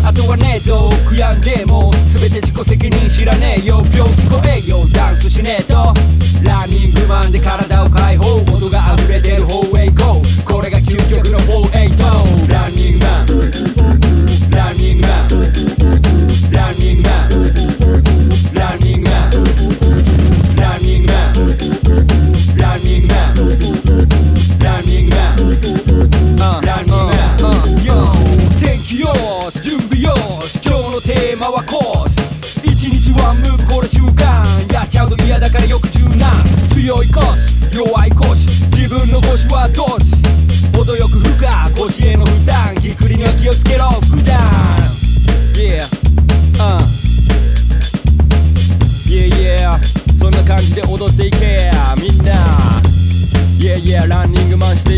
あとはねえぞ悔やんでも全て自己責任知らねえよ病気こえよダンスしねえとランニングマンで体を解放音が溢れてる方へ行こうこれが究極の48ランニングマンランニングマンランニングマンランニングマンランニングマンランニングマンランニングマンランニングマン天気よし準備よし今日のテーマはコース一日ワンムーブこれ習慣やっちゃうと嫌だからよく柔軟強い腰弱い腰自分の腰はどっち程よく負荷腰への負担ぎっくりには気をつけろ普段 Yeah Yeah yeah そんな感じで踊っていけみんな Yeah yeah ランニングマンして